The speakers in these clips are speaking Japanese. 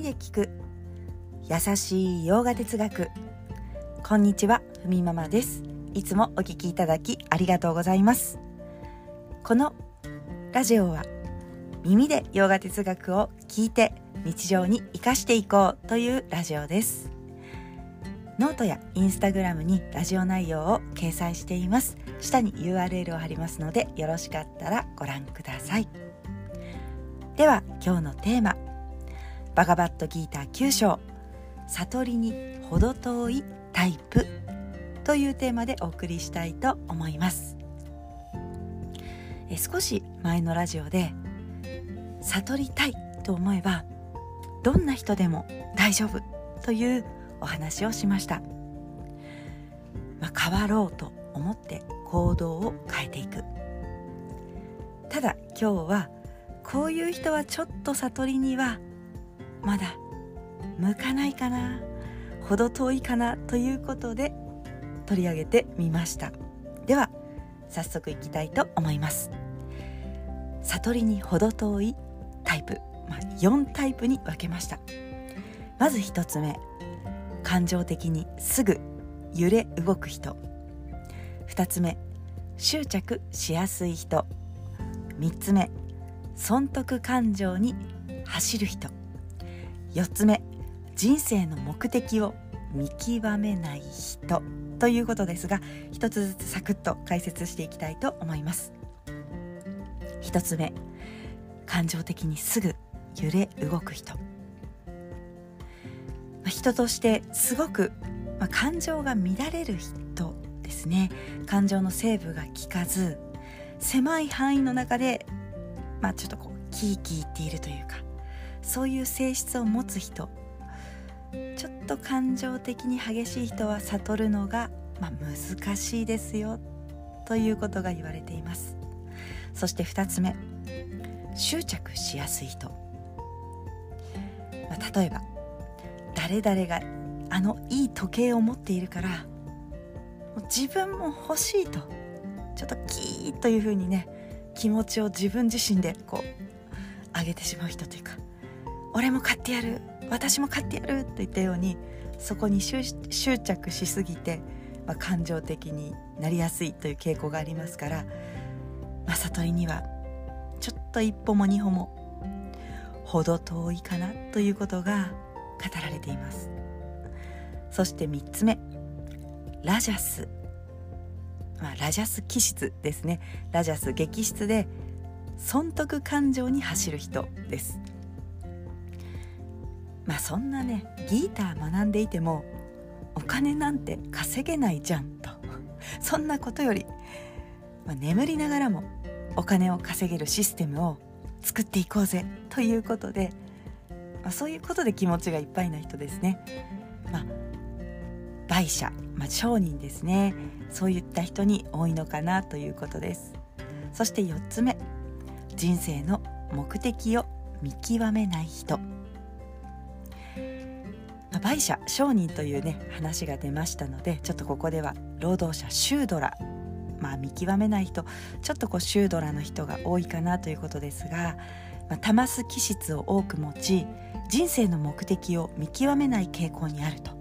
で聞く優しい洋画哲学。こんにちは、ふみママです。いつもお聞きいただきありがとうございます。このラジオは耳で洋画哲学を聞いて日常に生かしていこうというラジオです。ノートやインスタグラムにラジオ内容を掲載しています。下に URL を貼りますので、よろしかったらご覧ください。では今日のテーマ、バガバットギーター9章、悟りに程遠いタイプというテーマでお送りしたいと思います。少し前のラジオで悟りたいと思えばどんな人でも大丈夫というお話をしました。変わろうと思って行動を変えていく。ただ今日はこういう人はちょっと悟りにはまだ向かないかな、程遠いかなということで取り上げてみました。では早速いきたいと思います。悟りに程遠いタイプ、4タイプに分けました。まず1つ目、感情的にすぐ揺れ動く人。2つ目、執着しやすい人。3つ目、損得感情に走る人。4つ目、人生の目的を見極めない人ということですが、一つずつサクッと解説していきたいと思います。1つ目、感情的にすぐ揺れ動く人。人としてすごく、感情が乱れる人ですね。感情のセーブが効かず、狭い範囲の中で、ちょっとキーキー言っているというか、そういう性質を持つ人。ちょっと感情的に激しい人は悟るのが、難しいですよということが言われています。そして2つ目、執着しやすい人。例えば誰々がいい時計を持っているから自分も欲しいと、ちょっとキーというふうにね、気持ちを自分自身で上げてしまう人というか、俺も買ってやる、私も買ってやるといったように、そこに執着しすぎて、感情的になりやすいという傾向がありますから、悟りにはちょっと一歩も二歩も程遠いかなということが語られています。そして3つ目、ラジャス、ラジャス気質ですね。ラジャス激質で損得感情に走る人です。そんなね、ギーター学んでいてもお金なんて稼げないじゃんとそんなことより、眠りながらもお金を稼げるシステムを作っていこうぜということで、そういうことで気持ちがいっぱいな人ですね。売者、商人ですね。そういった人に多いのかなということです。そして4つ目、人生の目的を見極めない人。売者、商人というね話が出ましたので、ちょっとここでは労働者、シドラ、見極めない人、ちょっとシドラの人が多いかなということですが、タマス気質を多く持ち、人生の目的を見極めない傾向にあると。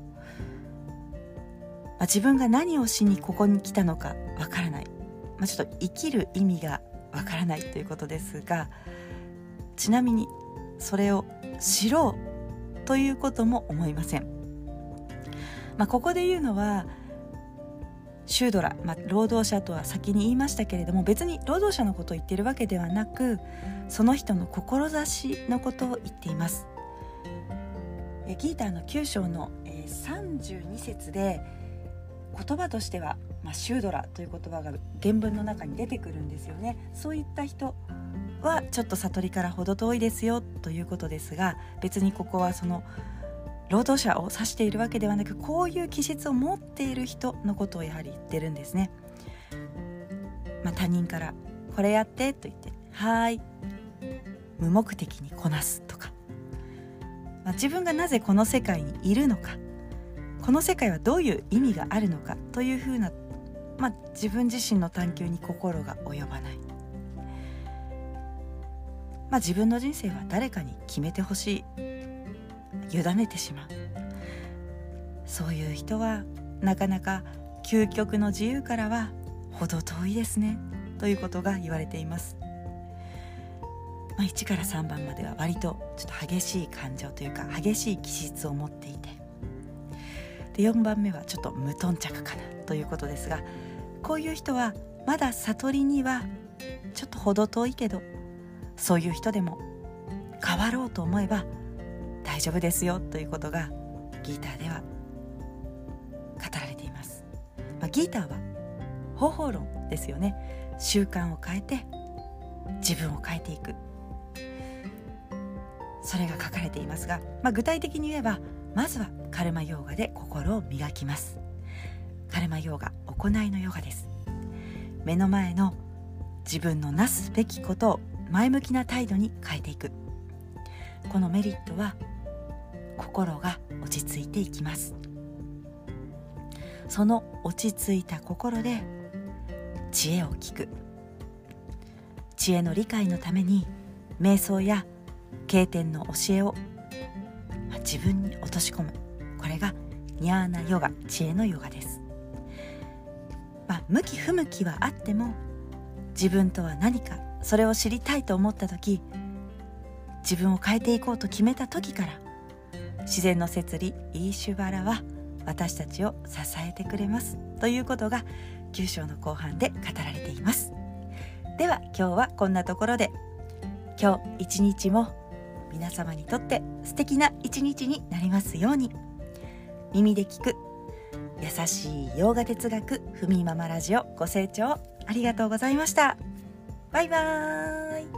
自分が何をしにここに来たのかわからない、ちょっと生きる意味がわからないということですが、ちなみにそれを知ろうということも思いません。ここで言うのはシュードラ、労働者とは先に言いましたけれども、別に労働者のことを言っているわけではなく、その人の志のことを言っています。ギーターの9章の32節で言葉としては、シュードラという言葉が原文の中に出てくるんですよね。そういった人はちょっと悟りから程遠いですよということですが、別にここはその労働者を指しているわけではなく、こういう気質を持っている人のことをやはり言ってるんですね。他人からこれやってと言って、はーい、無目的にこなすとか、自分がなぜこの世界にいるのか、この世界はどういう意味があるのかというふうな、自分自身の探求に心が及ばない。自分の人生は誰かに決めてほしい委ねてしまう。そういう人はなかなか究極の自由からは程遠いですねということが言われています。1から3番までは割とちょっと激しい感情というか激しい気質を持っていて、で4番目はちょっと無頓着かなということですが、こういう人はまだ悟りにはちょっと程遠いけど、そういう人でも変わろうと思えば大丈夫ですよということがギーターでは語られています。ギーターは方法論ですよね。習慣を変えて自分を変えていく、それが書かれていますが、具体的に言えばまずはカルマヨーガで心を磨きます。カルマヨーガ、行いのヨガです。目の前の自分のなすべきことを前向きな態度に変えていく。このメリットは心が落ち着いていきます。その落ち着いた心で知恵を聞く。知恵の理解のために瞑想や経典の教えを自分に落とし込む。これがニャーナヨガ、知恵のヨガです。向き不向きはあっても、自分とは何か、それを知りたいと思った時、自分を変えていこうと決めた時から、自然の摂理イーシュバラは私たちを支えてくれますということが9章の後半で語られています。では今日はこんなところで、今日一日も皆様にとって素敵な一日になりますように。耳で聞く優しい洋画哲学ふみママラジオ、ご清聴ありがとうございました。バイバーイ。